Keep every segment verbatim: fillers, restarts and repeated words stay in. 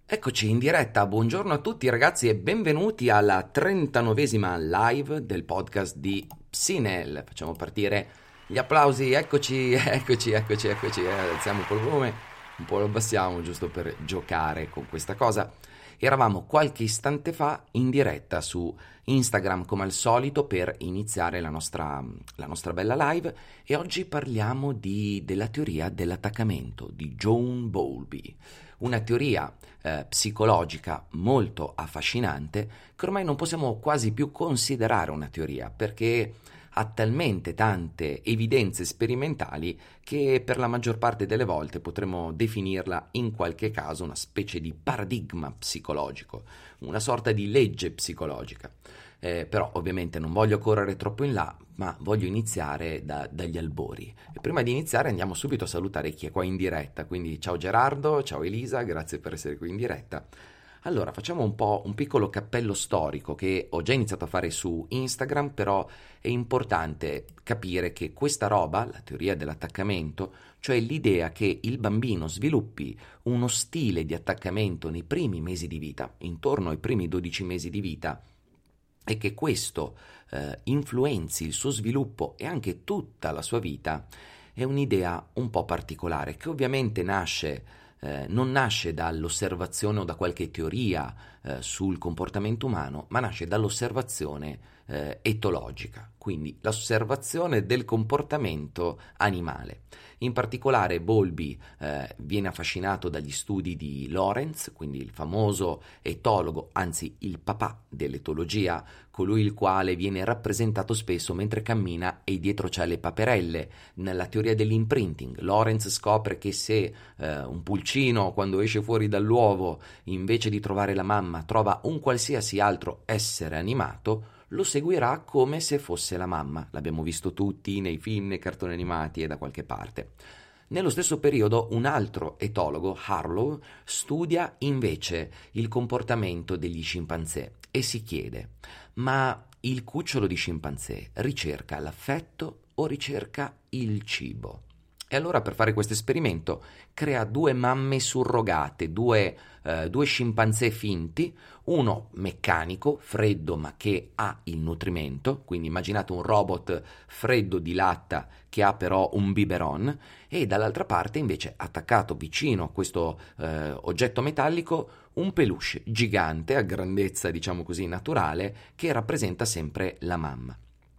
Eccoci in diretta, buongiorno a tutti ragazzi e benvenuti alla trentanovesima live del podcast di Psinel. Facciamo partire gli applausi, eccoci, eccoci, eccoci, eccoci, eh, alziamo un po' il volume, un po' lo abbassiamo giusto per giocare con questa cosa. Eravamo qualche istante fa in diretta su Instagram come al solito per iniziare la nostra, la nostra bella live e oggi parliamo di, della teoria dell'attaccamento di John Bowlby. Una teoria eh, psicologica molto affascinante che ormai non possiamo quasi più considerare una teoria perché ha talmente tante evidenze sperimentali che per la maggior parte delle volte potremmo definirla in qualche caso una specie di paradigma psicologico, una sorta di legge psicologica. Eh, però ovviamente non voglio correre troppo in là, ma voglio iniziare da, dagli albori. E prima di iniziare andiamo subito a salutare chi è qua in diretta, quindi ciao Gerardo, ciao Elisa, grazie per essere qui in diretta. Allora, facciamo un po' un piccolo cappello storico che ho già iniziato a fare su Instagram, però è importante capire che questa roba, la teoria dell'attaccamento, cioè l'idea che il bambino sviluppi uno stile di attaccamento nei primi mesi di vita, intorno ai primi dodici mesi di vita, e che questo eh, influenzi il suo sviluppo e anche tutta la sua vita, è un'idea un po' particolare, che ovviamente nasce, eh, non nasce dall'osservazione o da qualche teoria eh, sul comportamento umano, ma nasce dall'osservazione eh, etologica, quindi l'osservazione del comportamento animale. In particolare Bowlby eh, viene affascinato dagli studi di Lorenz, quindi il famoso etologo, anzi il papà dell'etologia, colui il quale viene rappresentato spesso mentre cammina e dietro c'ha le paperelle. Nella teoria dell'imprinting, Lorenz scopre che se eh, un pulcino quando esce fuori dall'uovo invece di trovare la mamma trova un qualsiasi altro essere animato, lo seguirà come se fosse la mamma. L'abbiamo visto tutti nei film, nei cartoni animati e da qualche parte. Nello stesso periodo un altro etologo, Harlow, studia invece il comportamento degli scimpanzé e si chiede: ma il cucciolo di scimpanzé ricerca l'affetto o ricerca il cibo? E allora per fare questo esperimento crea due mamme surrogate, due, eh, due scimpanzé finti, uno meccanico, freddo ma che ha il nutrimento, quindi immaginate un robot freddo di latta che ha però un biberon, e dall'altra parte invece attaccato vicino a questo eh, oggetto metallico un peluche gigante a grandezza diciamo così naturale che rappresenta sempre la mamma.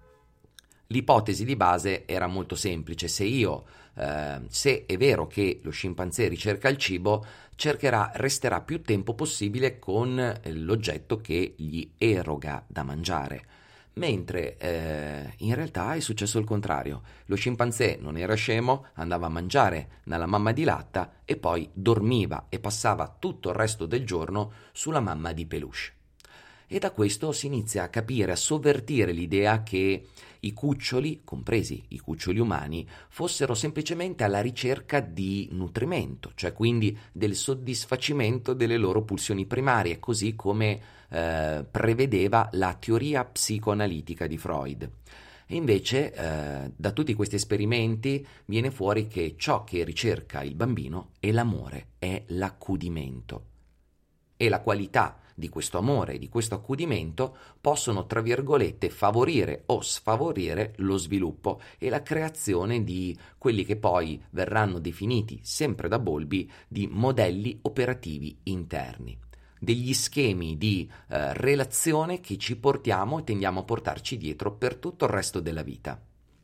L'ipotesi di base era molto semplice: se io, eh, se è vero che lo scimpanzé ricerca il cibo, cercherà, resterà più tempo possibile con l'oggetto che gli eroga da mangiare. Mentre eh, in realtà è successo il contrario. Lo scimpanzé non era scemo, andava a mangiare dalla mamma di latta e poi dormiva e passava tutto il resto del giorno sulla mamma di peluche. E da questo si inizia a capire, a sovvertire l'idea che i cuccioli, compresi i cuccioli umani, fossero semplicemente alla ricerca di nutrimento, cioè quindi del soddisfacimento delle loro pulsioni primarie, così come eh, prevedeva la teoria psicoanalitica di Freud. E invece eh, da tutti questi esperimenti viene fuori che ciò che ricerca il bambino è l'amore, è l'accudimento. E la qualità di questo amore e di questo accudimento possono, tra virgolette, favorire o sfavorire lo sviluppo e la creazione di quelli che poi verranno definiti, sempre da Bowlby, di modelli operativi interni, degli schemi di eh, relazione che ci portiamo e tendiamo a portarci dietro per tutto il resto della vita.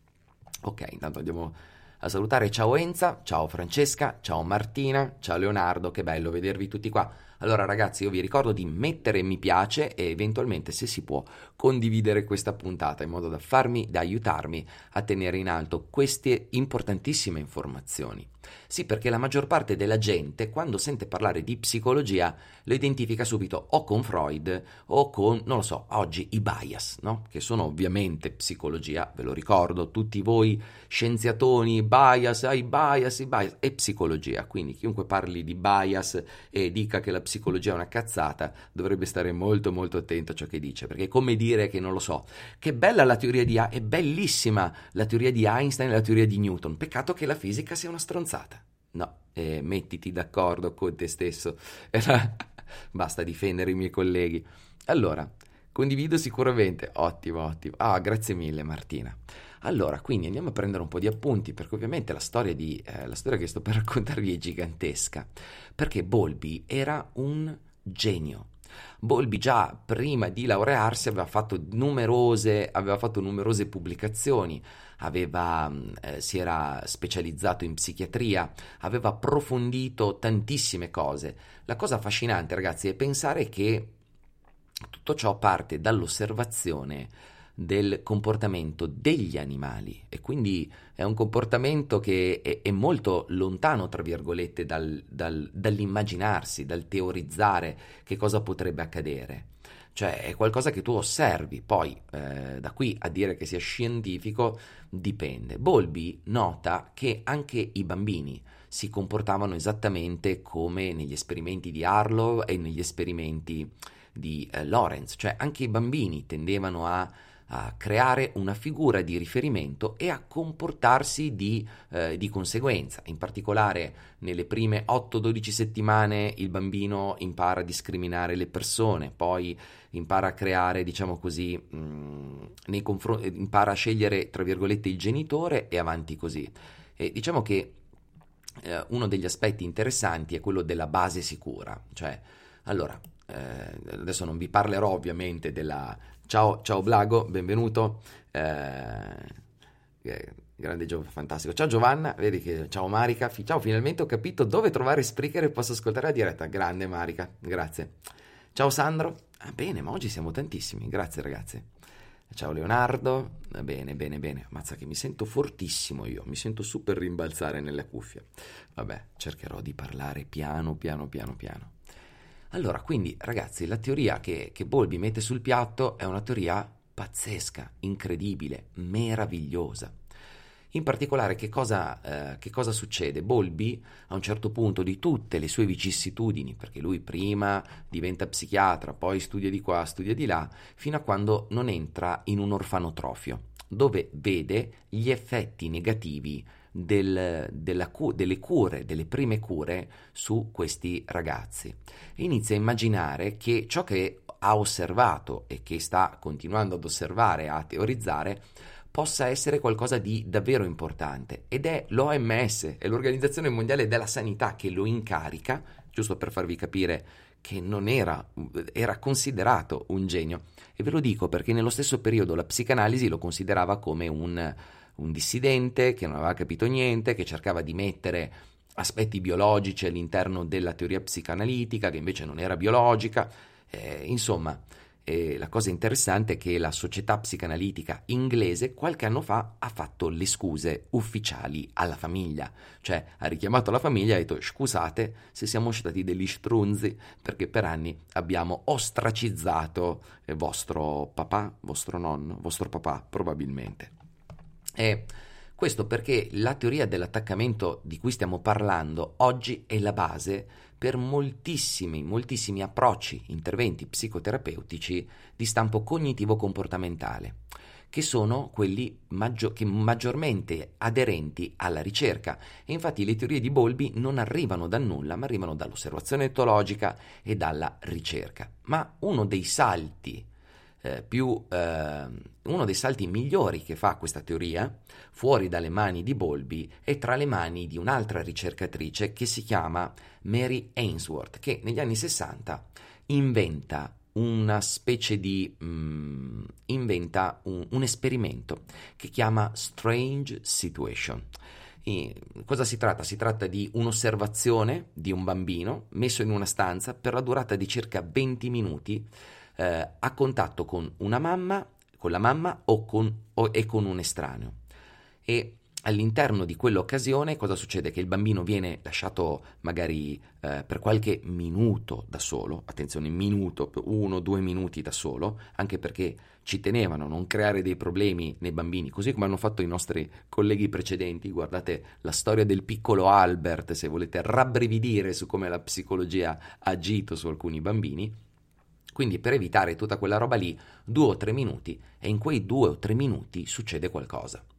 Ok, intanto andiamo a salutare. Ciao Enza, ciao Francesca, ciao Martina, ciao Leonardo, che bello vedervi tutti qua. Allora ragazzi, io vi ricordo di mettere mi piace e eventualmente, se si può, condividere questa puntata in modo da farmi, da aiutarmi a tenere in alto queste importantissime informazioni. Sì, perché la maggior parte della gente, quando sente parlare di psicologia, lo identifica subito o con Freud o con, non lo so, oggi i bias, no? Che sono ovviamente psicologia, ve lo ricordo, tutti voi scienziatoni, bias, ai bias, i bias, è psicologia. Quindi chiunque parli di bias e dica che la psicologia è una cazzata dovrebbe stare molto molto attento a ciò che dice, perché è come dire che, non lo so, che bella la teoria di A, è bellissima la teoria di Einstein e la teoria di Newton, peccato che la fisica sia una stronzata. No, eh, mettiti d'accordo con te stesso. basta difendere i miei colleghi. Allora, condivido sicuramente, ottimo, ottimo. Ah, grazie mille Martina. Allora, quindi andiamo a prendere un po' di appunti, perché ovviamente la storia, di, eh, la storia che sto per raccontarvi è gigantesca, perché Bowlby era un genio. Bowlby già prima di laurearsi aveva fatto numerose, aveva fatto numerose pubblicazioni, aveva, eh, si era specializzato in psichiatria, aveva approfondito tantissime cose. La cosa affascinante, ragazzi, è pensare che tutto ciò parte dall'osservazione del comportamento degli animali e quindi è un comportamento che è, è molto lontano, tra virgolette, dal, dal, dall'immaginarsi, dal teorizzare che cosa potrebbe accadere. Cioè è qualcosa che tu osservi, poi eh, da qui a dire che sia scientifico dipende. Bowlby nota che anche i bambini si comportavano esattamente come negli esperimenti di Harlow e negli esperimenti di eh, Lawrence, cioè anche i bambini tendevano a a creare una figura di riferimento e a comportarsi di, eh, di conseguenza. In particolare nelle prime otto dodici settimane il bambino impara a discriminare le persone, poi impara a creare, diciamo così, mh, nei confron- impara a scegliere, tra virgolette, il genitore e avanti così. E diciamo che eh, uno degli aspetti interessanti è quello della base sicura, cioè, allora, eh, adesso non vi parlerò ovviamente della Ciao, ciao Blago, benvenuto. Eh, eh, grande Gio, fantastico. Ciao Giovanna, vedi che ciao Marica. Fi- ciao, finalmente ho capito dove trovare Spreaker e posso ascoltare la diretta. Grande Marica, grazie. Ciao Sandro. Ah, bene, ma oggi siamo tantissimi. Grazie ragazzi. Ciao Leonardo. Bene, bene, bene. Mazza che mi sento fortissimo io, mi sento super rimbalzare nella cuffia. Vabbè, cercherò di parlare piano, piano, piano, piano. Allora, quindi, ragazzi, la teoria che, che Bowlby mette sul piatto è una teoria pazzesca, incredibile, meravigliosa. In particolare, che cosa, eh, che cosa succede? Bowlby, a un certo punto di tutte le sue vicissitudini, perché lui prima diventa psichiatra, poi studia di qua, studia di là, fino a quando non entra in un orfanotrofio, dove vede gli effetti negativi Del, della cu- delle cure, delle prime cure su questi ragazzi e inizia a immaginare che ciò che ha osservato e che sta continuando ad osservare, a teorizzare, possa essere qualcosa di davvero importante ed è l'O M S, è l'Organizzazione Mondiale della Sanità che lo incarica, giusto per farvi capire che non era, era considerato un genio. E ve lo dico perché nello stesso periodo la psicanalisi lo considerava come un un dissidente che non aveva capito niente, che cercava di mettere aspetti biologici all'interno della teoria psicanalitica, che invece non era biologica. Eh, insomma, eh, la cosa interessante è che la Società Psicanalitica inglese qualche anno fa ha fatto le scuse ufficiali alla famiglia, cioè ha richiamato la famiglia e ha detto scusate se siamo stati degli strunzi perché per anni abbiamo ostracizzato eh, vostro papà, vostro nonno, vostro papà probabilmente. E questo perché la teoria dell'attaccamento di cui stiamo parlando oggi è la base per moltissimi, moltissimi approcci, interventi psicoterapeutici di stampo cognitivo-comportamentale, che sono quelli maggio- che maggiormente aderenti alla ricerca. E infatti le teorie di Bowlby non arrivano da nulla, ma arrivano dall'osservazione etologica e dalla ricerca. Ma uno dei salti Eh, più eh, uno dei salti migliori che fa questa teoria fuori dalle mani di Bowlby è tra le mani di un'altra ricercatrice che si chiama Mary Ainsworth, che negli anni sessanta inventa una specie di mh, inventa un, un esperimento che chiama Strange Situation. E cosa si tratta? Si tratta di un'osservazione di un bambino messo in una stanza per la durata di circa venti minuti Eh, a contatto con una mamma, con la mamma o con, o, e con un estraneo. E all'interno di quell'occasione cosa succede? Che il bambino viene lasciato magari eh, per qualche minuto da solo, attenzione, minuto, uno, due minuti da solo, anche perché ci tenevano a non creare dei problemi nei bambini, così come hanno fatto i nostri colleghi precedenti. Guardate la storia del piccolo Albert, se volete rabbrividire su come la psicologia ha agito su alcuni bambini. Quindi per evitare tutta quella roba lì, due o tre minuti, e in quei due o tre minuti succede qualcosa.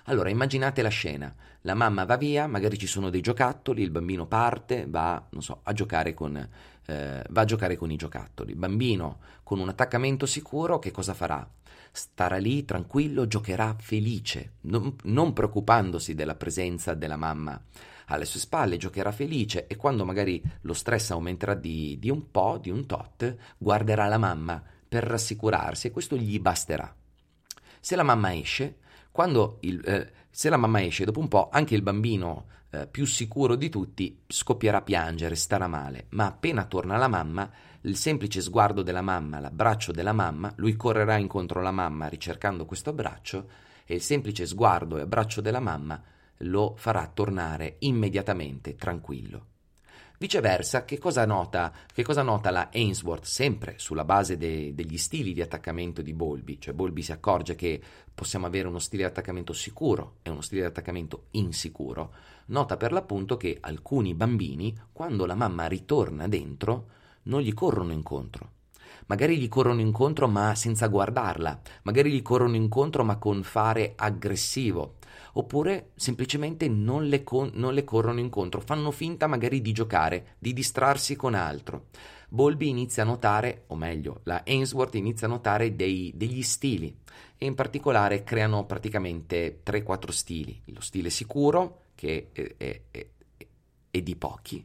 Allora immaginate la scena, la mamma va via, magari ci sono dei giocattoli, il bambino parte, va, non so, a giocare con, eh, va a giocare con i giocattoli. Il bambino con un attaccamento sicuro che cosa farà? Starà lì tranquillo, giocherà felice, non, non preoccupandosi della presenza della mamma alle sue spalle, giocherà felice e quando magari lo stress aumenterà di, di un po', di un tot, guarderà la mamma per rassicurarsi e questo gli basterà. Se la mamma esce, quando il, eh, se la mamma esce, dopo un po' anche il bambino eh, più sicuro di tutti scoppierà a piangere, starà male, ma appena torna la mamma, il semplice sguardo della mamma, l'abbraccio della mamma, lui correrà incontro alla mamma ricercando questo abbraccio e il semplice sguardo e abbraccio della mamma lo farà tornare immediatamente tranquillo. Viceversa, che cosa nota, che cosa nota la Ainsworth, sempre sulla base de, degli stili di attaccamento di Bowlby? Cioè Bowlby si accorge che possiamo avere uno stile di attaccamento sicuro e uno stile di attaccamento insicuro. Nota per l'appunto che alcuni bambini, quando la mamma ritorna dentro, non gli corrono incontro. Magari gli corrono incontro ma senza guardarla, magari gli corrono incontro ma con fare aggressivo, oppure semplicemente non le, con- non le corrono incontro, fanno finta magari di giocare, di distrarsi con altro. Bowlby inizia a notare, o meglio, la Ainsworth inizia a notare dei, degli stili e in particolare creano praticamente tre quattro stili. Lo stile sicuro, che è, è, è e di pochi,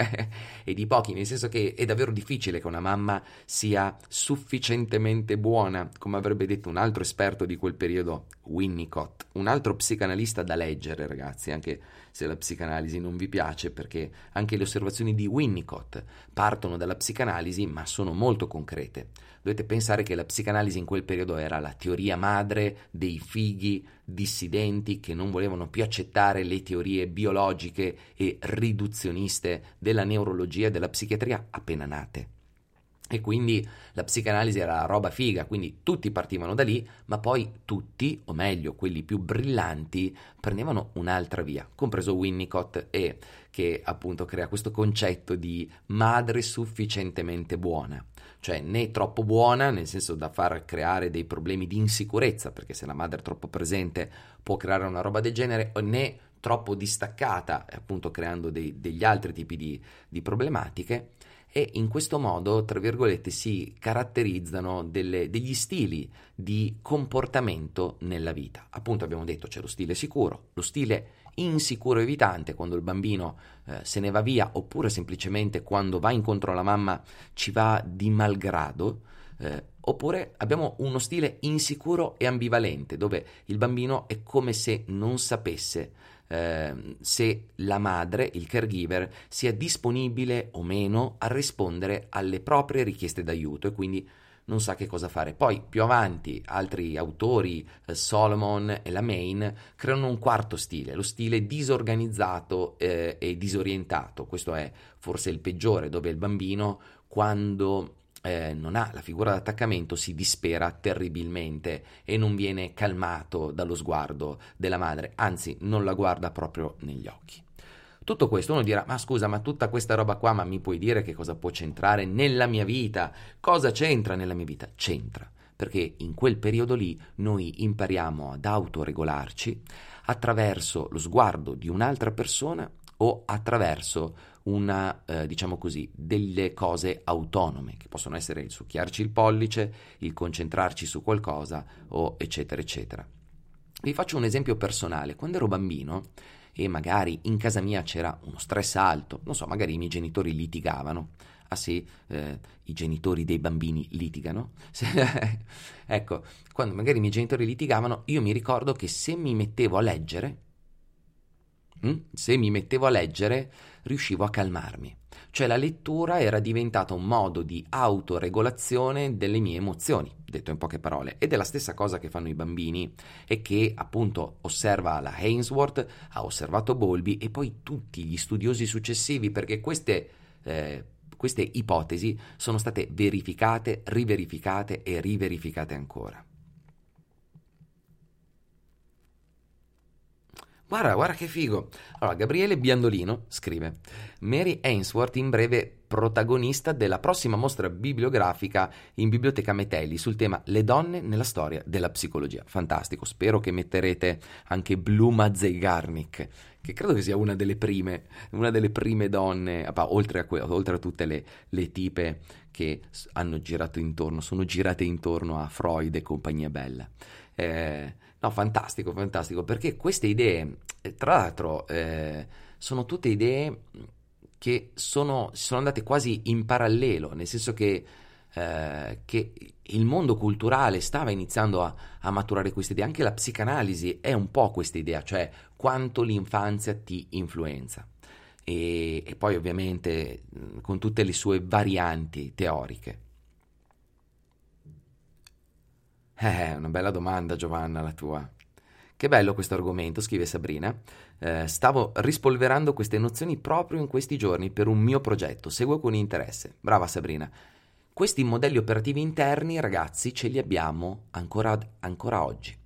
e di pochi, nel senso che è davvero difficile che una mamma sia sufficientemente buona, come avrebbe detto un altro esperto di quel periodo, Winnicott, un altro psicanalista da leggere, ragazzi, anche se la psicanalisi non vi piace, perché anche le osservazioni di Winnicott partono dalla psicanalisi, ma sono molto concrete. Dovete pensare che la psicanalisi in quel periodo era la teoria madre dei fighi dissidenti che non volevano più accettare le teorie biologiche e riduzioniste della neurologia e della psichiatria appena nate. E quindi la psicanalisi era la roba figa, quindi tutti partivano da lì, ma poi tutti, o meglio quelli più brillanti, prendevano un'altra via, compreso Winnicott, e che appunto crea questo concetto di madre sufficientemente buona, cioè né troppo buona, nel senso da far creare dei problemi di insicurezza, perché se la madre è troppo presente può creare una roba del genere, né troppo distaccata, appunto creando dei, degli altri tipi di, di problematiche. E in questo modo, tra virgolette, si caratterizzano delle, degli stili di comportamento nella vita. Appunto abbiamo detto c'è lo stile sicuro, lo stile insicuro evitante, quando il bambino eh, se ne va via, oppure semplicemente quando va incontro alla mamma ci va di malgrado, eh, oppure abbiamo uno stile insicuro e ambivalente, dove il bambino è come se non sapesse Eh, se la madre, il caregiver, sia disponibile o meno a rispondere alle proprie richieste d'aiuto e quindi non sa che cosa fare. Poi più avanti altri autori, eh, Solomon e la Main, creano un quarto stile, lo stile disorganizzato eh, e disorientato. Questo è forse il peggiore, dove il bambino quando Eh, non ha la figura d'attaccamento si dispera terribilmente e non viene calmato dallo sguardo della madre, anzi non la guarda proprio negli occhi. Tutto questo uno dirà, ma scusa, ma tutta questa roba qua, ma mi puoi dire che cosa può centrare nella mia vita? Cosa c'entra nella mia vita? C'entra, perché in quel periodo lì noi impariamo ad autoregolarci attraverso lo sguardo di un'altra persona o attraverso una, eh, diciamo così, delle cose autonome, che possono essere il succhiarci il pollice, il concentrarci su qualcosa, o eccetera, eccetera. Vi faccio un esempio personale. Quando ero bambino e magari in casa mia c'era uno stress alto, non so, magari i miei genitori litigavano. Ah sì, eh, i genitori dei bambini litigano? Ecco, quando magari i miei genitori litigavano, io mi ricordo che se mi mettevo a leggere, se mi mettevo a leggere riuscivo a calmarmi, cioè la lettura era diventata un modo di autoregolazione delle mie emozioni, detto in poche parole, ed è la stessa cosa che fanno i bambini e che appunto osserva la Ainsworth, ha osservato Bowlby e poi tutti gli studiosi successivi, perché queste eh, queste ipotesi sono state verificate, riverificate e riverificate ancora. Guarda, guarda che figo. Allora, Gabriele Biandolino scrive: Mary Ainsworth in breve protagonista della prossima mostra bibliografica in Biblioteca Metelli sul tema Le donne nella storia della psicologia. Fantastico, spero che metterete anche Bluma Zeigarnik, che credo che sia una delle prime, una delle prime donne, oltre a, que- oltre a tutte le, le tipe che hanno girato intorno, sono girate intorno a Freud e compagnia bella. Eh, no, fantastico, fantastico, perché queste idee, eh, tra l'altro, eh, sono tutte idee che sono, sono andate quasi in parallelo, nel senso che, eh, che il mondo culturale stava iniziando a, a maturare queste idee, anche la psicanalisi è un po' questa idea, cioè quanto l'infanzia ti influenza. E, e poi ovviamente con tutte le sue varianti teoriche. Eh, una bella domanda, Giovanna, la tua. Che bello questo argomento, scrive Sabrina. Eh, stavo rispolverando queste nozioni proprio in questi giorni per un mio progetto. Seguo con interesse. Brava Sabrina. Questi modelli operativi interni, ragazzi, ce li abbiamo ancora, ancora oggi.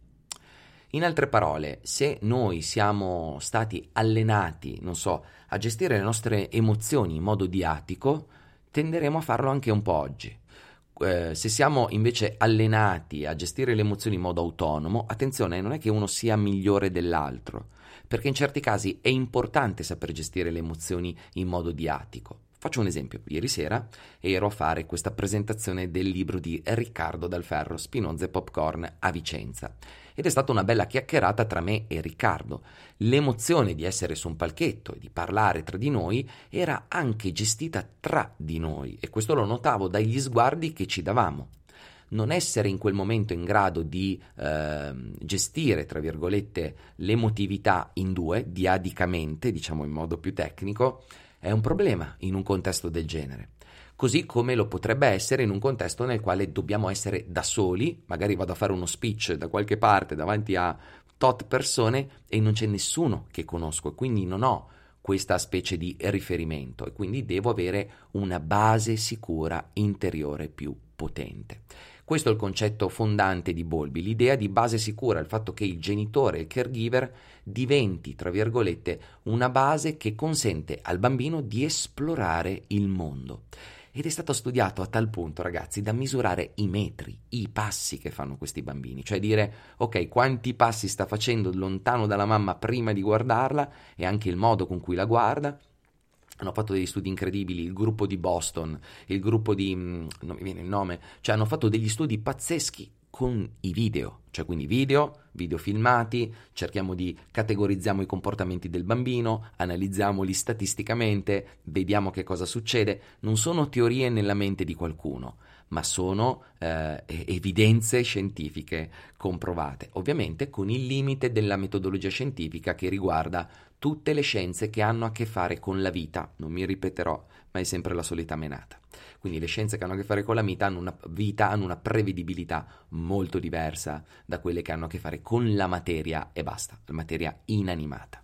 In altre parole, se noi siamo stati allenati, non so, a gestire le nostre emozioni in modo diatico, tenderemo a farlo anche un po' oggi. Eh, se siamo invece allenati a gestire le emozioni in modo autonomo, attenzione, non è che uno sia migliore dell'altro, perché in certi casi è importante saper gestire le emozioni in modo diatico. Faccio un esempio: ieri sera ero a fare questa presentazione del libro di Riccardo Dal Ferro, Spinoza e Popcorn a Vicenza, ed è stata una bella chiacchierata tra me e Riccardo. L'emozione di essere su un palchetto e di parlare tra di noi era anche gestita tra di noi, e questo lo notavo dagli sguardi che ci davamo. Non essere in quel momento in grado di eh, gestire, tra virgolette, l'emotività in due, diadicamente, diciamo in modo più tecnico, è un problema in un contesto del genere. Così come lo potrebbe essere in un contesto nel quale dobbiamo essere da soli, magari vado a fare uno speech da qualche parte davanti a tot persone e non c'è nessuno che conosco, e quindi non ho questa specie di riferimento, e quindi devo avere una base sicura interiore più potente. Questo è il concetto fondante di Bowlby, l'idea di base sicura, il fatto che il genitore, il caregiver, diventi, tra virgolette, una base che consente al bambino di esplorare il mondo. Ed è stato studiato a tal punto, ragazzi, da misurare i metri, i passi che fanno questi bambini, cioè dire, ok, quanti passi sta facendo lontano dalla mamma prima di guardarla, e anche il modo con cui la guarda. Hanno fatto degli studi incredibili, il gruppo di Boston, il gruppo di... non mi viene il nome, cioè hanno fatto degli studi pazzeschi con i video, cioè quindi video, video filmati, cerchiamo di categorizziamo i comportamenti del bambino, analizziamoli statisticamente, vediamo che cosa succede. Non sono teorie nella mente di qualcuno, ma sono eh, evidenze scientifiche comprovate, ovviamente con il limite della metodologia scientifica che riguarda tutte le scienze che hanno a che fare con la vita. Non mi ripeterò, ma è sempre la solita menata. Quindi le scienze che hanno a che fare con la vita hanno una vita, hanno una prevedibilità molto diversa da quelle che hanno a che fare con la materia e basta, la materia inanimata.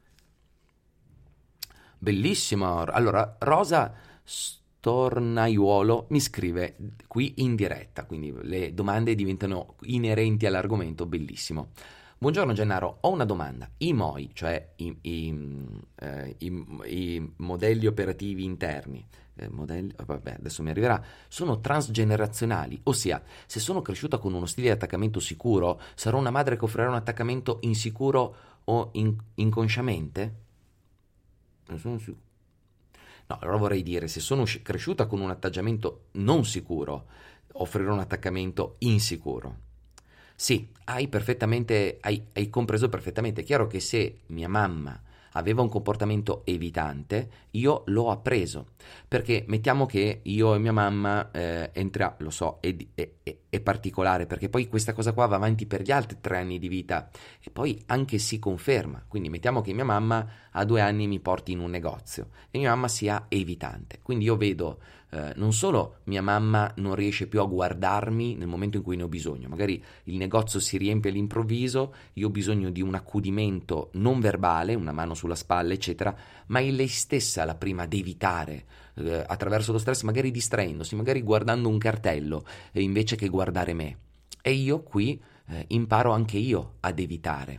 Bellissimo. Allora, Rosa Stornaiuolo mi scrive qui in diretta, quindi le domande diventano inerenti all'argomento, bellissimo. Buongiorno Gennaro, ho una domanda. I M O I, cioè i, i, eh, i, i modelli operativi interni, eh, modelli, vabbè, adesso mi arriverà, sono transgenerazionali, ossia, se sono cresciuta con uno stile di attaccamento sicuro, sarò una madre che offrirà un attaccamento insicuro o in, inconsciamente? Non sono sicuro. No, allora vorrei dire, se sono cresciuta con un attaccamento non sicuro, offrirò un attaccamento insicuro. Sì, hai perfettamente, hai, hai compreso perfettamente. È chiaro che se mia mamma aveva un comportamento evitante, io l'ho appreso, perché mettiamo che io e mia mamma eh, entra, lo so, è, è, è, è particolare, perché poi questa cosa qua va avanti per gli altri tre anni di vita e poi anche si conferma. Quindi mettiamo che mia mamma a due anni mi porti in un negozio e mia mamma sia evitante, quindi io vedo eh, non solo mia mamma non riesce più a guardarmi nel momento in cui ne ho bisogno, magari il negozio si riempie all'improvviso, io ho bisogno di un accudimento non verbale, una mano sulla spalla eccetera, ma è lei stessa la prima ad evitare eh, attraverso lo stress, magari distraendosi, magari guardando un cartello eh, invece che guardare me, e io qui eh, imparo anche io ad evitare.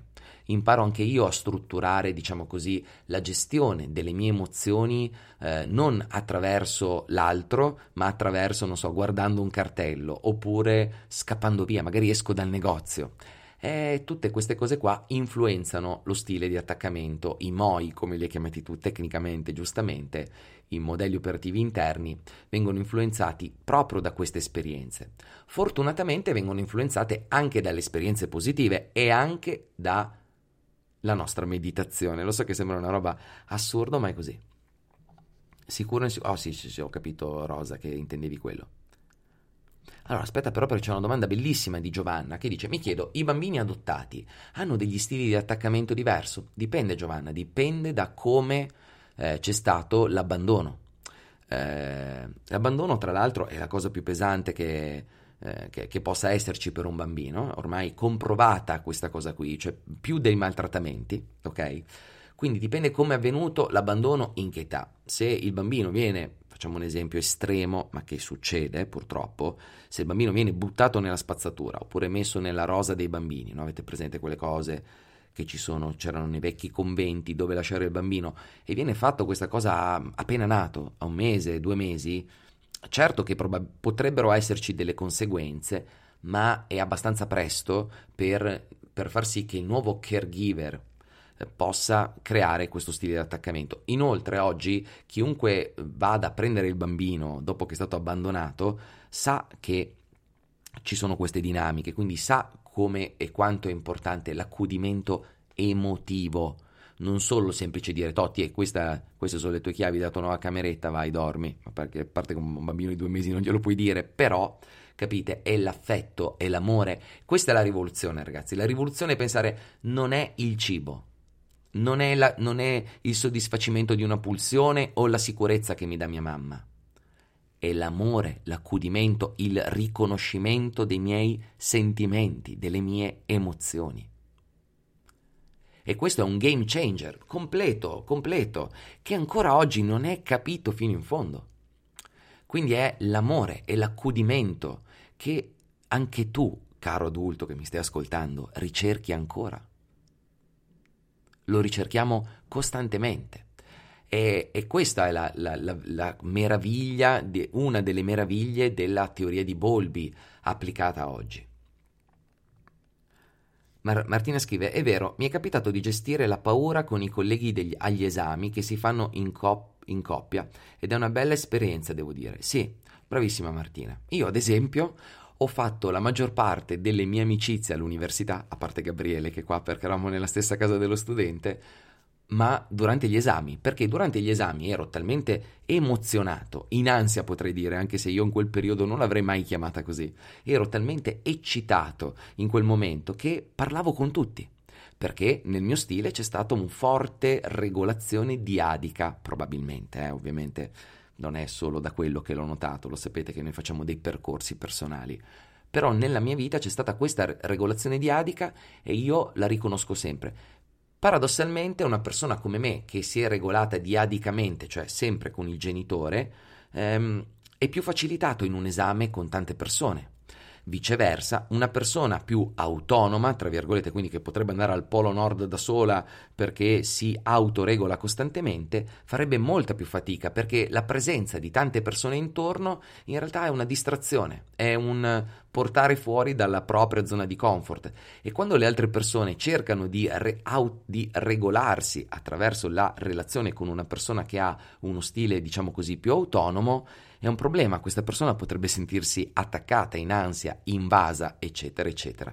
imparo anche io a strutturare, diciamo così, la gestione delle mie emozioni eh, non attraverso l'altro, ma attraverso, non so, guardando un cartello oppure scappando via, magari esco dal negozio. E tutte queste cose qua influenzano lo stile di attaccamento, i M O I, come li hai chiamati tu tecnicamente, giustamente, i modelli operativi interni, vengono influenzati proprio da queste esperienze. Fortunatamente vengono influenzate anche dalle esperienze positive e anche dalla nostra meditazione. Lo so che sembra una roba assurda, ma è così. Sicuro? Oh sì, sì, sì, ho capito, Rosa, che intendevi quello. Allora, aspetta però, perché c'è una domanda bellissima di Giovanna che dice: mi chiedo, i bambini adottati hanno degli stili di attaccamento diverso? Dipende, Giovanna, dipende da come eh, c'è stato l'abbandono. Eh, l'abbandono, tra l'altro, è la cosa più pesante che, eh, che, che possa esserci per un bambino, ormai comprovata questa cosa qui, cioè più dei maltrattamenti, ok? Quindi dipende come è avvenuto l'abbandono, in che età. Se il bambino viene, facciamo un esempio estremo, ma che succede purtroppo, se il bambino viene buttato nella spazzatura oppure messo nella rosa dei bambini, no? Avete presente quelle cose che ci sono, c'erano nei vecchi conventi dove lasciare il bambino, e viene fatto questa cosa appena nato, a un mese, due mesi, certo che proba- potrebbero esserci delle conseguenze, ma è abbastanza presto per, per far sì che il nuovo caregiver possa creare questo stile di attaccamento. Inoltre oggi chiunque vada a prendere il bambino dopo che è stato abbandonato sa che ci sono queste dinamiche, quindi sa come e quanto è importante l'accudimento emotivo, non solo semplice dire Totti e questa, queste sono le tue chiavi della tua nuova cameretta, vai dormi, ma perché a parte con un bambino di due mesi non glielo puoi dire, però capite, è l'affetto, è l'amore. Questa è la rivoluzione, ragazzi. La rivoluzione è pensare non è il cibo, Non è, la, non è il soddisfacimento di una pulsione o la sicurezza che mi dà mia mamma. È l'amore, l'accudimento, il riconoscimento dei miei sentimenti, delle mie emozioni. E questo è un game changer completo, completo, che ancora oggi non è capito fino in fondo. Quindi è l'amore, è l'accudimento che anche tu, caro adulto che mi stai ascoltando, ricerchi ancora. Lo ricerchiamo costantemente e, e questa è la, la, la, la meraviglia, di, una delle meraviglie della teoria di Bowlby applicata oggi. Mar- Martina scrive: è vero, mi è capitato di gestire la paura con i colleghi degli, agli esami che si fanno in, cop- in coppia ed è una bella esperienza, devo dire. Sì, bravissima Martina. Io ad esempio ho fatto la maggior parte delle mie amicizie all'università, a parte Gabriele che è qua perché eravamo nella stessa casa dello studente, ma durante gli esami, perché durante gli esami ero talmente emozionato, in ansia potrei dire, anche se io in quel periodo non l'avrei mai chiamata così, ero talmente eccitato in quel momento che parlavo con tutti, perché nel mio stile c'è stata un forte regolazione diadica, probabilmente, eh, ovviamente non è solo da quello che l'ho notato, lo sapete che noi facciamo dei percorsi personali, però nella mia vita c'è stata questa regolazione diadica e io la riconosco sempre. Paradossalmente una persona come me, che si è regolata diadicamente, cioè sempre con il genitore, ehm, è più facilitato in un esame con tante persone. Viceversa, una persona più autonoma, tra virgolette, quindi che potrebbe andare al Polo Nord da sola perché si autoregola costantemente, farebbe molta più fatica perché la presenza di tante persone intorno in realtà è una distrazione, è un portare fuori dalla propria zona di comfort, e quando le altre persone cercano di, re- au- di regolarsi attraverso la relazione con una persona che ha uno stile, diciamo così, più autonomo, è un problema. Questa persona potrebbe sentirsi attaccata, in ansia, invasa, eccetera, eccetera.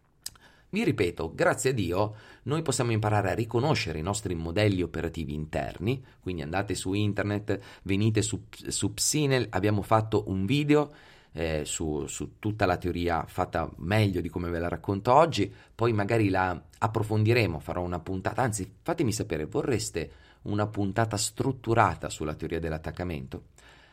Vi ripeto, grazie a Dio, noi possiamo imparare a riconoscere i nostri modelli operativi interni, quindi andate su internet, venite su, su Psinel, abbiamo fatto un video eh, su, su tutta la teoria fatta meglio di come ve la racconto oggi, poi magari la approfondiremo, farò una puntata, anzi fatemi sapere, vorreste una puntata strutturata sulla teoria dell'attaccamento?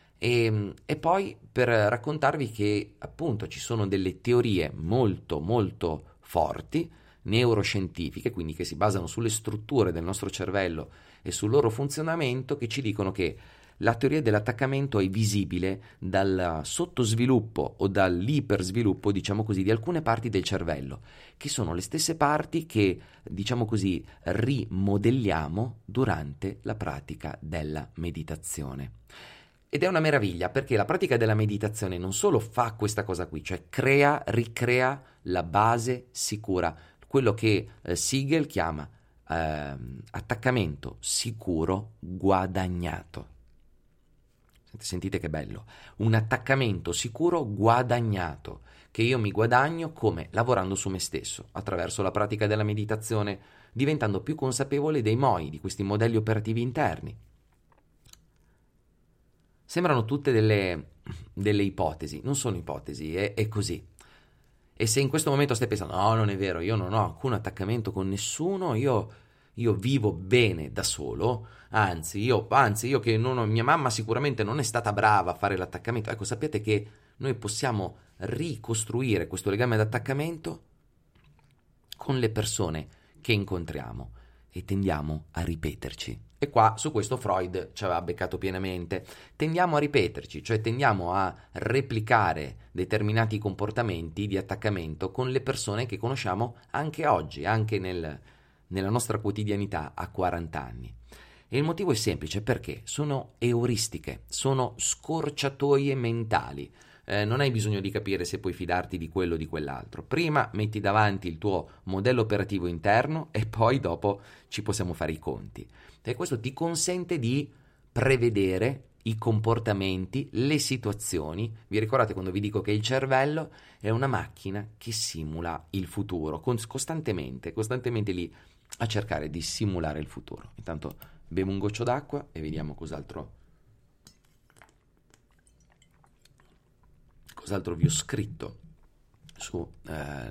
E, e poi per raccontarvi che appunto ci sono delle teorie molto molto forti, neuroscientifiche, quindi che si basano sulle strutture del nostro cervello e sul loro funzionamento, che ci dicono che La teoria dell'attaccamento è visibile dal sottosviluppo o dall'ipersviluppo, diciamo così, di alcune parti del cervello, che sono le stesse parti che, diciamo così, rimodelliamo durante la pratica della meditazione. Ed è una meraviglia, perché la pratica della meditazione non solo fa questa cosa qui, cioè crea, ricrea la base sicura, quello che eh, Siegel chiama eh, attaccamento sicuro guadagnato. Sentite che bello, un attaccamento sicuro guadagnato, che io mi guadagno come? Lavorando su me stesso, attraverso la pratica della meditazione, diventando più consapevole dei M O I, di questi modelli operativi interni. Sembrano tutte delle, delle ipotesi, non sono ipotesi, è, è così. E se in questo momento stai pensando, no, non è vero, io non ho alcun attaccamento con nessuno, io, io vivo bene da solo, anzi, io, anzi, io che non ho, mia mamma sicuramente non è stata brava a fare l'attaccamento. Ecco, sappiate che noi possiamo ricostruire questo legame d'attaccamento con le persone che incontriamo e tendiamo a ripeterci. E qua su questo Freud ci aveva beccato pienamente. Tendiamo a ripeterci, cioè tendiamo a replicare determinati comportamenti di attaccamento con le persone che conosciamo anche oggi, anche nel, nella nostra quotidianità a quaranta anni. E il motivo è semplice, perché sono euristiche, sono scorciatoie mentali. Eh, non hai bisogno di capire se puoi fidarti di quello o di quell'altro. Prima metti davanti il tuo modello operativo interno e poi dopo ci possiamo fare i conti. E questo ti consente di prevedere i comportamenti, le situazioni. Vi ricordate quando vi dico che il cervello è una macchina che simula il futuro, costantemente, costantemente lì a cercare di simulare il futuro. Intanto bevo un goccio d'acqua e vediamo cos'altro cos'altro vi ho scritto su eh,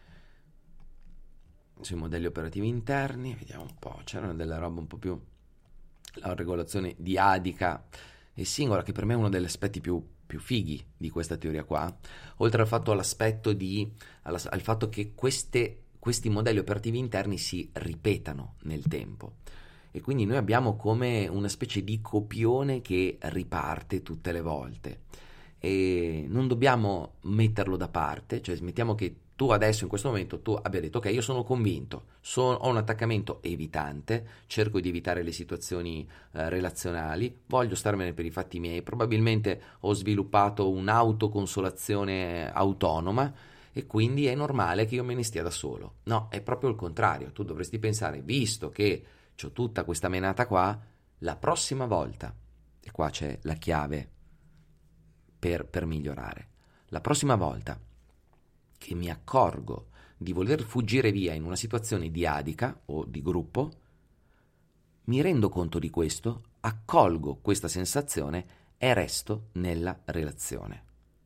sui modelli operativi interni. Vediamo un po', c'erano delle robe un po' più, la regolazione diadica e singola, che per me è uno degli aspetti più, più fighi di questa teoria qua, oltre al fatto all'aspetto di alla, al fatto che queste, questi modelli operativi interni si ripetano nel tempo, e quindi noi abbiamo come una specie di copione che riparte tutte le volte e non dobbiamo metterlo da parte. Cioè mettiamo che tu adesso in questo momento tu abbia detto ok, io sono convinto, sono, ho un attaccamento evitante, cerco di evitare le situazioni eh, relazionali, voglio starmene per i fatti miei, probabilmente ho sviluppato un'autoconsolazione autonoma e quindi è normale che io me ne stia da solo. No, è proprio il contrario. Tu dovresti pensare, visto che c'ho tutta questa menata qua, la prossima volta, e qua c'è la chiave per, per migliorare, la prossima volta che mi accorgo di voler fuggire via in una situazione diadica o di gruppo, mi rendo conto di questo, accolgo questa sensazione e resto nella relazione.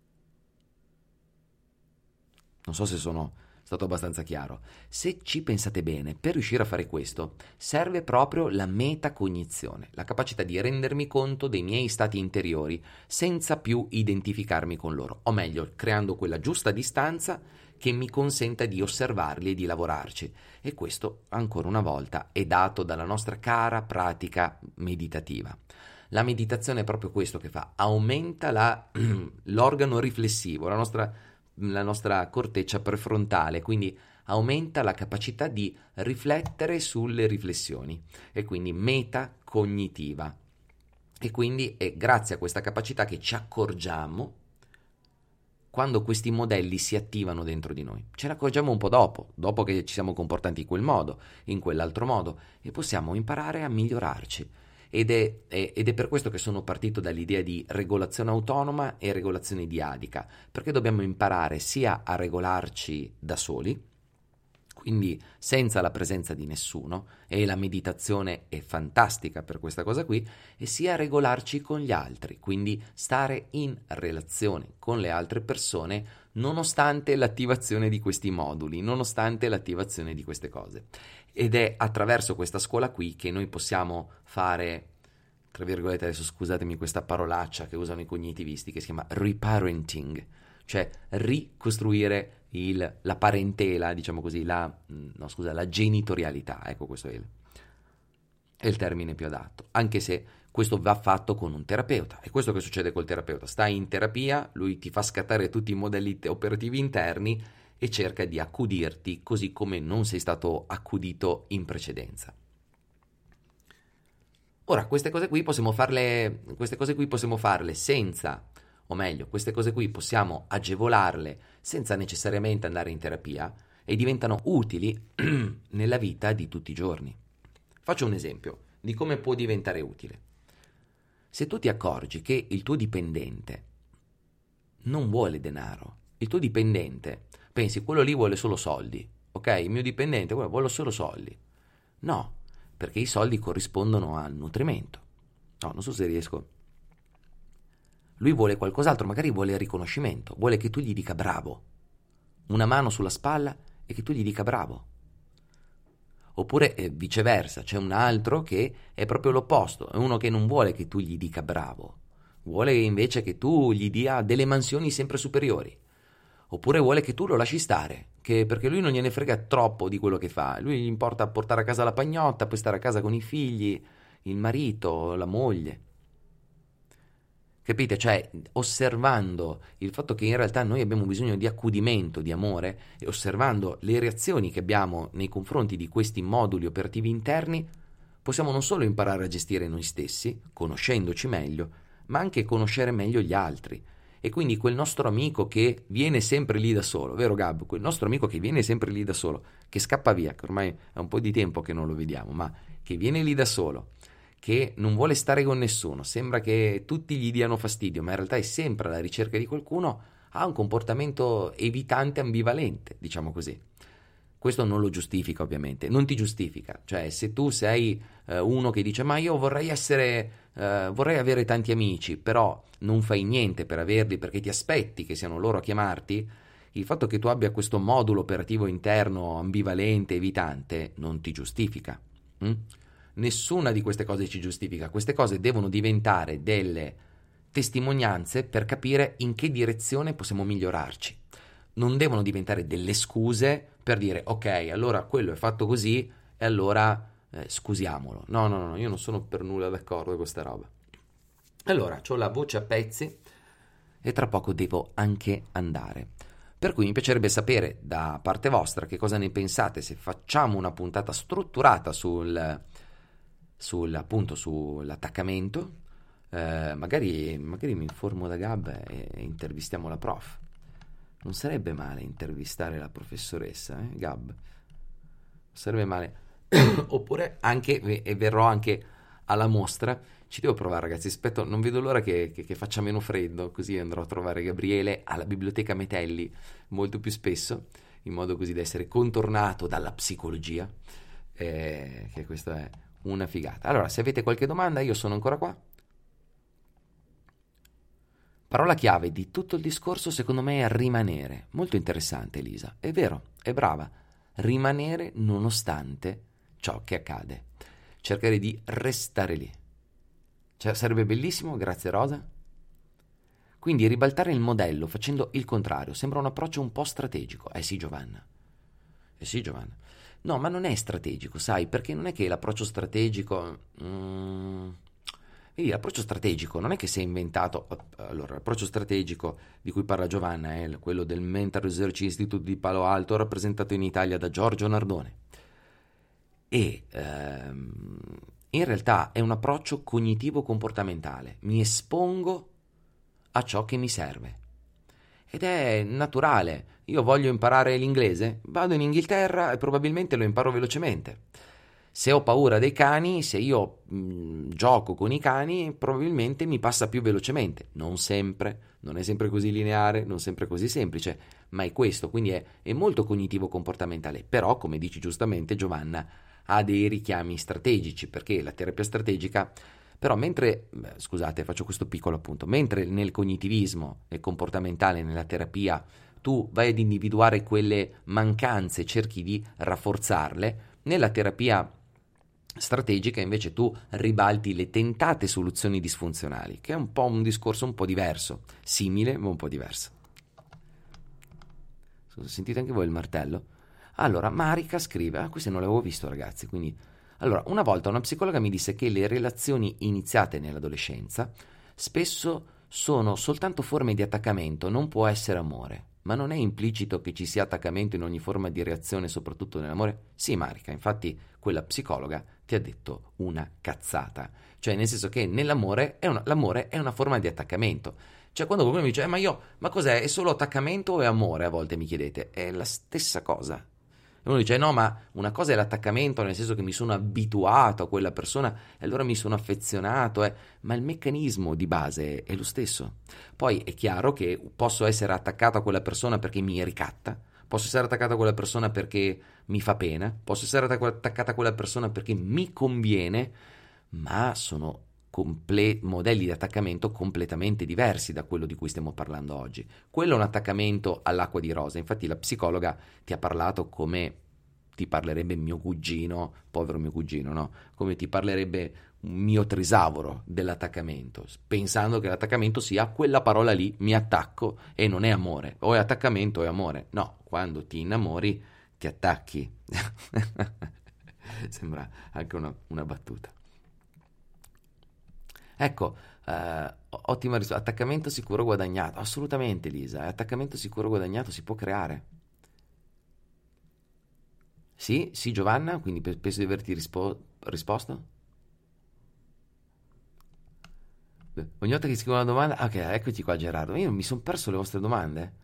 Non so se sono stato abbastanza chiaro. Se ci pensate bene, per riuscire a fare questo serve proprio la metacognizione, la capacità di rendermi conto dei miei stati interiori senza più identificarmi con loro, o meglio, creando quella giusta distanza che mi consenta di osservarli e di lavorarci. E questo, ancora una volta, è dato dalla nostra cara pratica meditativa. La meditazione è proprio questo che fa, aumenta la, l'organo riflessivo, la nostra la nostra corteccia prefrontale, quindi aumenta la capacità di riflettere sulle riflessioni e quindi metacognitiva. E quindi è grazie a questa capacità che ci accorgiamo quando questi modelli si attivano dentro di noi. Ce ne accorgiamo un po' dopo, dopo che ci siamo comportati in quel modo, in quell'altro modo, e possiamo imparare a migliorarci. Ed è, è, ed è per questo che sono partito dall'idea di regolazione autonoma e regolazione diadica, perché dobbiamo imparare sia a regolarci da soli, quindi senza la presenza di nessuno, e la meditazione è fantastica per questa cosa qui, e sia a regolarci con gli altri, quindi stare in relazione con le altre persone nonostante l'attivazione di questi moduli, nonostante l'attivazione di queste cose. Ed è attraverso questa scuola qui che noi possiamo fare, tra virgolette, adesso scusatemi questa parolaccia che usano i cognitivisti, che si chiama reparenting, cioè ricostruire il, la parentela, diciamo così, la, no, scusa, la genitorialità. Ecco, questo è il, è il termine più adatto, anche se Questo va fatto con un terapeuta. E questo che succede col terapeuta? Stai in terapia, lui ti fa scattare tutti i modelli operativi interni e cerca di accudirti così come non sei stato accudito in precedenza. Ora, queste cose qui possiamo farle, queste cose qui possiamo farle senza, o meglio, queste cose qui possiamo agevolarle senza necessariamente andare in terapia e diventano utili nella vita di tutti i giorni. Faccio un esempio di come può diventare utile. Se tu ti accorgi che il tuo dipendente non vuole denaro, il tuo dipendente, pensi, quello lì vuole solo soldi, ok? Il mio dipendente vuole solo soldi. No, perché i soldi corrispondono al nutrimento. No, non so se riesco. Lui vuole qualcos'altro, magari vuole il riconoscimento, vuole che tu gli dica bravo, una mano sulla spalla e che tu gli dica bravo. Oppure eh, viceversa, c'è un altro che è proprio l'opposto, è uno che non vuole che tu gli dica bravo, vuole invece che tu gli dia delle mansioni sempre superiori. Oppure vuole che tu lo lasci stare, che perché lui non gliene frega troppo di quello che fa, lui gli importa portare a casa la pagnotta, poi stare a casa con i figli, il marito, la moglie. Capite? Cioè, osservando il fatto che in realtà noi abbiamo bisogno di accudimento, di amore, e osservando le reazioni che abbiamo nei confronti di questi moduli operativi interni, possiamo non solo imparare a gestire noi stessi, conoscendoci meglio, ma anche conoscere meglio gli altri. E quindi quel nostro amico che viene sempre lì da solo, vero Gab? Quel nostro amico che viene sempre lì da solo, che scappa via, che ormai è un po' di tempo che non lo vediamo, ma che viene lì da solo, che non vuole stare con nessuno, sembra che tutti gli diano fastidio, ma in realtà è sempre alla ricerca di qualcuno, ha un comportamento evitante, ambivalente, diciamo così. Questo non lo giustifica, ovviamente, non ti giustifica. Cioè, se tu sei eh, uno che dice ma io vorrei essere, eh, vorrei avere tanti amici, però non fai niente per averli perché ti aspetti che siano loro a chiamarti, il fatto che tu abbia questo modulo operativo interno ambivalente, evitante, non ti giustifica. Mm? Nessuna di queste cose ci giustifica. Queste cose devono diventare delle testimonianze per capire in che direzione possiamo migliorarci. Non devono diventare delle scuse per dire ok, allora quello è fatto così e allora eh, scusiamolo. No, no, no, io non sono per nulla d'accordo con questa roba. Allora, ho la voce a pezzi e tra poco devo anche andare. Per cui mi piacerebbe sapere da parte vostra che cosa ne pensate se facciamo una puntata strutturata sul, sul appunto sull'attaccamento. Eh, magari, magari mi informo da Gab e, e intervistiamo la prof. Non sarebbe male intervistare la professoressa, eh, Gab? Non sarebbe male. Oppure anche, e verrò anche alla mostra, ci devo provare ragazzi, aspetto, non vedo l'ora che, che, che faccia meno freddo, così andrò a trovare Gabriele alla biblioteca Metelli molto più spesso, in modo così da essere contornato dalla psicologia, eh, che questa è una figata. Allora, se avete qualche domanda, io sono ancora qua. Parola chiave di tutto il discorso secondo me è rimanere. Molto interessante Elisa, è vero, è brava. Rimanere nonostante ciò che accade. Cercare di restare lì. Cioè, sarebbe bellissimo, grazie Rosa. Quindi ribaltare il modello facendo il contrario. Sembra un approccio un po' strategico. Eh sì Giovanna. Eh sì Giovanna. No, ma non è strategico, sai, perché non è che l'approccio strategico... Mm, Vedi, l'approccio strategico non è che si è inventato. Allora, l'approccio strategico di cui parla Giovanna è quello del Mental Research Institute di Palo Alto, rappresentato in Italia da Giorgio Nardone. E ehm, in realtà è un approccio cognitivo-comportamentale. Mi espongo a ciò che mi serve. Ed è naturale. Io voglio imparare l'inglese, vado in Inghilterra e probabilmente lo imparo velocemente. Se ho paura dei cani, se io mh, gioco con i cani, probabilmente mi passa più velocemente. Non sempre, non è sempre così lineare, non sempre così semplice, ma è questo, quindi è, è molto cognitivo-comportamentale. Però, come dici giustamente Giovanna, ha dei richiami strategici, perché la terapia strategica, però mentre, beh, scusate, faccio questo piccolo appunto, mentre nel cognitivismo, nel comportamentale, nella terapia, tu vai ad individuare quelle mancanze, cerchi di rafforzarle, nella terapia strategica invece tu ribalti le tentate soluzioni disfunzionali, che è un po' un discorso un po' diverso, simile ma un po' diverso. Sentite anche voi il martello? Allora, Marica scrive, ah questo non l'avevo visto ragazzi, quindi Allora, una volta una psicologa mi disse che le relazioni iniziate nell'adolescenza spesso sono soltanto forme di attaccamento, non può essere amore. Ma non è implicito che ci sia attaccamento in ogni forma di reazione, soprattutto nell'amore? Sì, Marica, infatti quella psicologa ti ha detto una cazzata. Cioè, nel senso che nell'amore è una, l'amore è una forma di attaccamento. Cioè, quando qualcuno mi dice, eh, ma io, ma cos'è? È solo attaccamento o è amore? A volte mi chiedete. È la stessa cosa. E uno dice, no, ma una cosa è l'attaccamento, nel senso che mi sono abituato a quella persona e allora mi sono affezionato, eh. Ma il meccanismo di base è lo stesso. Poi è chiaro che posso essere attaccato a quella persona perché mi ricatta, posso essere attaccato a quella persona perché mi fa pena, posso essere attaccato a quella persona perché mi conviene, ma sono comple- modelli di attaccamento completamente diversi da quello di cui stiamo parlando oggi. Quello è un attaccamento all'acqua di rosa. Infatti la psicologa ti ha parlato come ti parlerebbe mio cugino, povero mio cugino, no? Come ti parlerebbe un mio trisavoro dell'attaccamento, pensando che l'attaccamento sia quella parola lì, mi attacco, e non è amore, o è attaccamento o è amore. No, quando ti innamori ti attacchi. Sembra anche una, una battuta. Ecco, eh, ottima risposta. Attaccamento sicuro guadagnato. Assolutamente, Lisa. Attaccamento sicuro guadagnato si può creare. Sì, sì, Giovanna, quindi pe- penso di averti rispo- risposto. Beh, ogni volta che scrivo una domanda... Ok, eccoci qua, Gerardo. Io mi sono perso le vostre domande.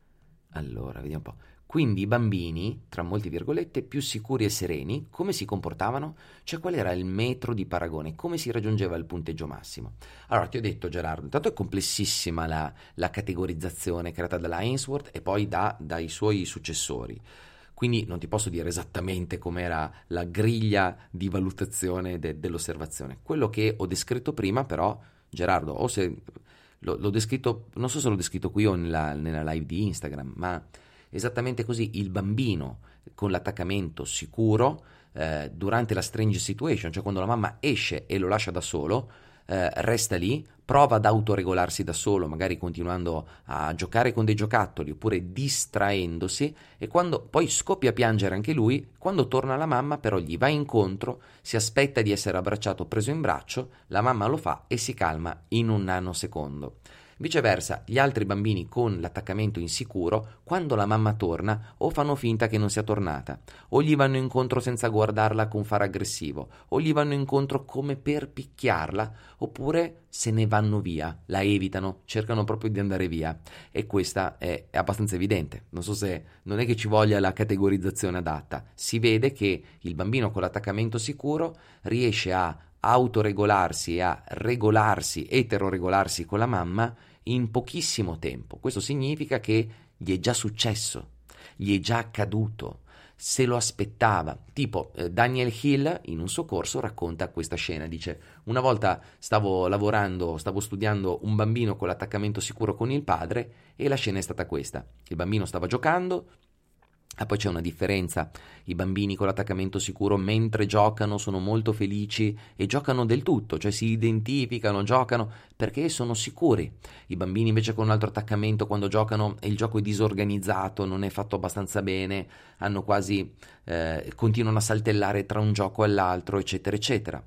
Allora, vediamo un po'. Quindi i bambini, tra molte virgolette, più sicuri e sereni, come si comportavano? Cioè qual era il metro di paragone? Come si raggiungeva il punteggio massimo? Allora, ti ho detto Gerardo, intanto è complessissima la, la categorizzazione creata da Ainsworth e poi da, dai suoi successori. Quindi non ti posso dire esattamente com'era la griglia di valutazione de- dell'osservazione. Quello che ho descritto prima, però, Gerardo, o se l'ho, l'ho descritto, non so se l'ho descritto qui o nella, nella live di Instagram, ma esattamente così, il bambino con l'attaccamento sicuro eh, durante la strange situation, cioè quando la mamma esce e lo lascia da solo, eh, resta lì, prova ad autoregolarsi da solo, magari continuando a giocare con dei giocattoli oppure distraendosi, e quando poi scoppia a piangere anche lui, quando torna la mamma però gli va incontro, si aspetta di essere abbracciato, preso in braccio, la mamma lo fa e si calma in un nanosecondo. Viceversa, gli altri bambini con l'attaccamento insicuro, quando la mamma torna, o fanno finta che non sia tornata, o gli vanno incontro senza guardarla con fare aggressivo, o gli vanno incontro come per picchiarla, oppure se ne vanno via, la evitano, cercano proprio di andare via. E questa è, è abbastanza evidente. Non so se non è che ci voglia la categorizzazione adatta. Si vede che il bambino con l'attaccamento sicuro riesce a autoregolarsi e a regolarsi, eteroregolarsi con la mamma in pochissimo tempo. Questo significa che gli è già successo, gli è già accaduto, se lo aspettava. Tipo eh, Daniel Hill in un suo corso racconta questa scena, dice: una volta stavo lavorando, stavo studiando un bambino con l'attaccamento sicuro con il padre e la scena è stata questa: il bambino stava giocando. Ah, poi c'è una differenza: i bambini con l'attaccamento sicuro mentre giocano sono molto felici e giocano del tutto, cioè si identificano, giocano perché sono sicuri. I bambini invece con un altro attaccamento, quando giocano e il gioco è disorganizzato, non è fatto abbastanza bene, hanno quasi eh, continuano a saltellare tra un gioco e l'altro, eccetera eccetera.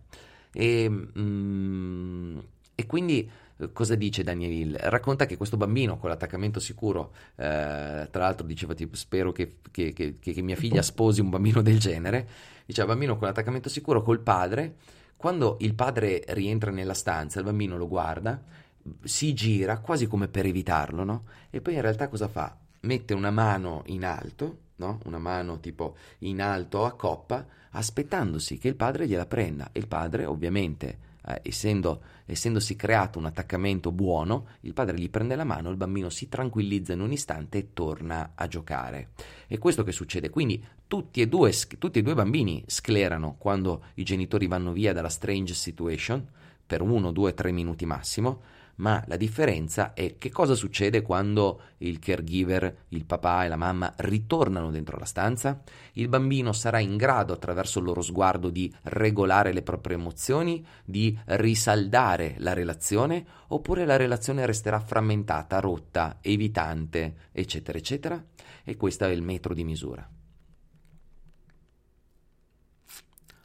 E, mm, e quindi cosa dice Daniel Hill? Racconta che questo bambino con l'attaccamento sicuro, eh, tra l'altro diceva tipo, spero che, che, che, che mia figlia sposi un bambino del genere, diceva bambino con l'attaccamento sicuro col padre, quando il padre rientra nella stanza il bambino lo guarda, si gira quasi come per evitarlo, no? E poi in realtà cosa fa? Mette una mano in alto, no? Una mano tipo in alto a coppa, aspettandosi che il padre gliela prenda, e il padre ovviamente eh, essendo, essendosi creato un attaccamento buono, il padre gli prende la mano, il bambino si tranquillizza in un istante e torna a giocare. È questo che succede. Quindi tutti e due, tutti e due i bambini sclerano quando i genitori vanno via dalla strange situation, per uno, due, tre minuti massimo, ma la differenza è che cosa succede quando il caregiver, il papà e la mamma ritornano dentro la stanza. Il bambino sarà in grado, attraverso il loro sguardo, di regolare le proprie emozioni, di risaldare la relazione, oppure la relazione resterà frammentata, rotta, evitante, eccetera, eccetera. E questo è il metro di misura.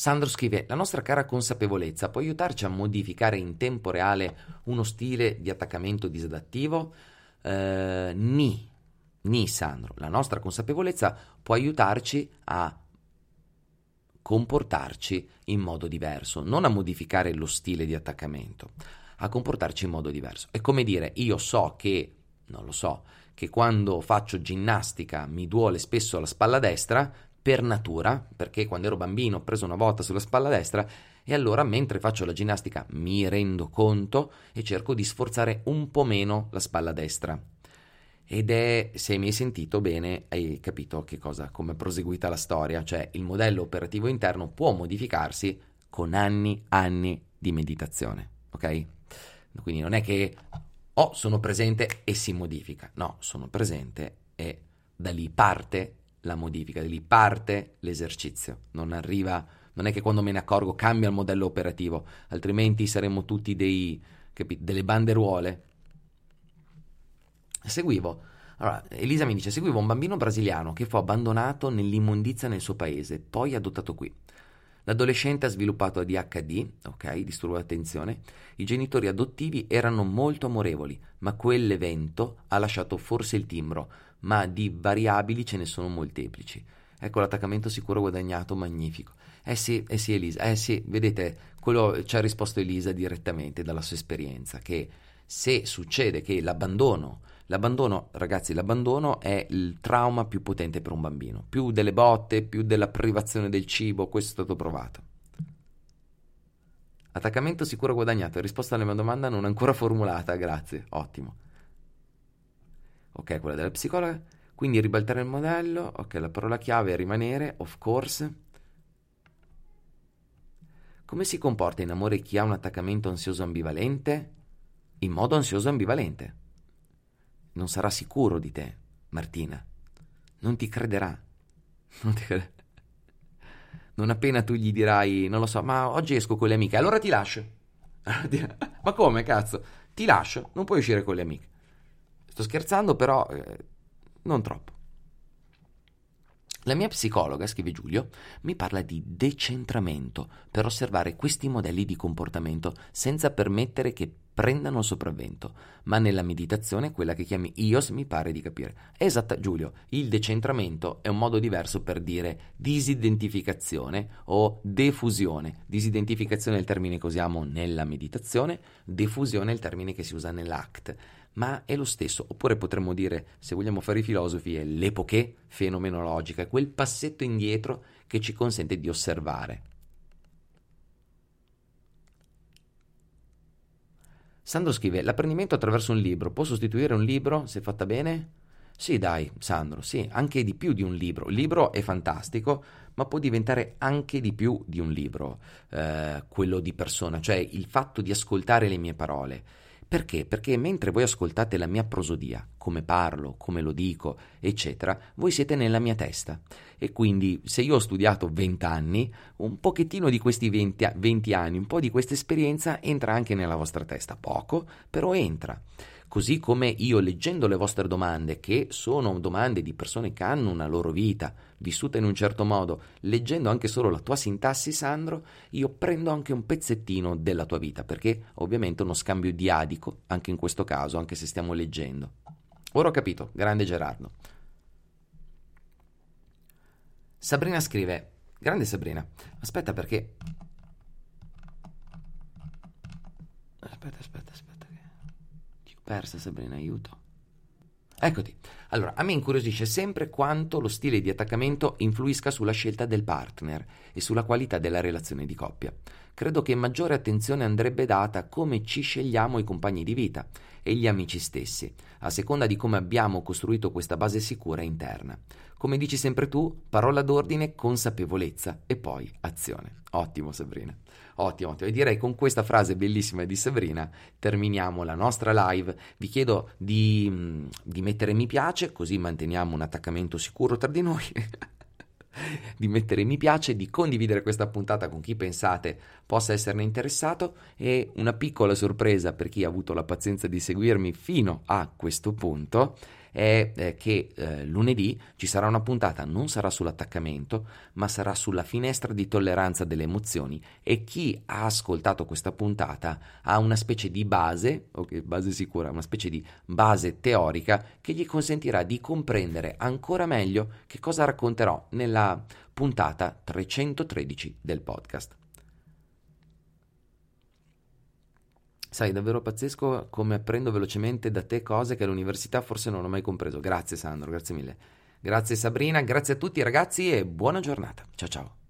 Sandro scrive: la nostra cara consapevolezza può aiutarci a modificare in tempo reale uno stile di attaccamento disadattivo? Eh, ni, ni Sandro, la nostra consapevolezza può aiutarci a comportarci in modo diverso, non a modificare lo stile di attaccamento, a comportarci in modo diverso. È come dire, io so che, non lo so, che quando faccio ginnastica mi duole spesso la spalla destra, per natura, perché quando ero bambino ho preso una botta sulla spalla destra e allora mentre faccio la ginnastica mi rendo conto e cerco di sforzare un po' meno la spalla destra. Ed è, se mi hai sentito bene, hai capito che cosa, come è proseguita la storia, cioè il modello operativo interno può modificarsi con anni, anni di meditazione, ok? Quindi non è che oh, sono presente e si modifica, no, sono presente e da lì parte la modifica, da lì parte l'esercizio, non arriva, non è che quando me ne accorgo cambia il modello operativo, altrimenti saremmo tutti dei, capi, delle banderuole. Seguivo, allora, Elisa mi dice, seguivo un bambino brasiliano che fu abbandonato nell'immondizia nel suo paese, poi adottato qui. L'adolescente ha sviluppato A D H D, ok, disturbo dell'attenzione. I genitori adottivi erano molto amorevoli, ma quell'evento ha lasciato forse il timbro, ma di variabili ce ne sono molteplici. Ecco l'attaccamento sicuro guadagnato, magnifico. Eh sì, eh sì Elisa, eh sì, vedete, quello ci ha risposto Elisa direttamente dalla sua esperienza, che se succede che l'abbandono, l'abbandono, ragazzi, l'abbandono è il trauma più potente per un bambino, più delle botte, più della privazione del cibo, questo è stato provato. Attaccamento sicuro guadagnato, risposta alla mia domanda non ancora formulata, grazie, ottimo. Ok, quella della psicologa, quindi ribaltare il modello, ok, la parola chiave è rimanere, of course. Come si comporta in amore chi ha un attaccamento ansioso ambivalente? In modo ansioso ambivalente. Non sarà sicuro di te, Martina. Non ti crederà. Non ti crederà. Non appena tu gli dirai, non lo so, ma oggi esco con le amiche, allora ti lascio. Ma come, cazzo? Ti lascio, non puoi uscire con le amiche. Sto scherzando, però eh, non troppo. La mia psicologa, scrive Giulio, mi parla di decentramento per osservare questi modelli di comportamento senza permettere che prendano il sopravvento, ma nella meditazione, quella che chiami I O S, mi pare di capire. Esatta, Giulio, il decentramento è un modo diverso per dire disidentificazione o defusione. Disidentificazione è il termine che usiamo nella meditazione, defusione è il termine che si usa nell'A C T. Ma è lo stesso, oppure potremmo dire, se vogliamo fare i filosofi, è l'epoché fenomenologica, quel passetto indietro che ci consente di osservare. Sandro scrive, l'apprendimento attraverso un libro può sostituire un libro se fatta bene? Sì dai, Sandro, sì, anche di più di un libro. Il libro è fantastico, ma può diventare anche di più di un libro, eh, quello di persona, cioè il fatto di ascoltare le mie parole. Perché? Perché mentre voi ascoltate la mia prosodia, come parlo, come lo dico, eccetera, voi siete nella mia testa. E quindi se io ho studiato venti anni, un pochettino di questi venti, venti anni, un po' di questa esperienza entra anche nella vostra testa. Poco, però entra. Così come io leggendo le vostre domande, che sono domande di persone che hanno una loro vita, vissuta in un certo modo, leggendo anche solo la tua sintassi, Sandro, io prendo anche un pezzettino della tua vita, perché ovviamente uno scambio diadico, anche in questo caso, anche se stiamo leggendo. Ora ho capito, grande Gerardo. Sabrina scrive, grande Sabrina, aspetta perché... Aspetta, aspetta, aspetta. Persa Sabrina, aiuto. Eccoti. Allora, a me incuriosisce sempre quanto lo stile di attaccamento influisca sulla scelta del partner e sulla qualità della relazione di coppia. Credo che maggiore attenzione andrebbe data a come ci scegliamo i compagni di vita e gli amici stessi, a seconda di come abbiamo costruito questa base sicura interna. Come dici sempre tu, parola d'ordine, consapevolezza e poi azione. Ottimo Sabrina, ottimo, ottimo. E direi con questa frase bellissima di Sabrina terminiamo la nostra live. Vi chiedo di, di mettere mi piace, così manteniamo un attaccamento sicuro tra di noi. Di mettere mi piace, di condividere questa puntata con chi pensate possa esserne interessato e una piccola sorpresa per chi ha avuto la pazienza di seguirmi fino a questo punto è eh, che eh, lunedì ci sarà una puntata, non sarà sull'attaccamento, ma sarà sulla finestra di tolleranza delle emozioni, e chi ha ascoltato questa puntata ha una specie di base, ok, base sicura, una specie di base teorica che gli consentirà di comprendere ancora meglio che cosa racconterò nella puntata trecentotredici del podcast. Sai, davvero pazzesco come apprendo velocemente da te cose che all'università forse non ho mai compreso. Grazie Sandro, grazie mille. Grazie Sabrina, grazie a tutti ragazzi e buona giornata. Ciao ciao.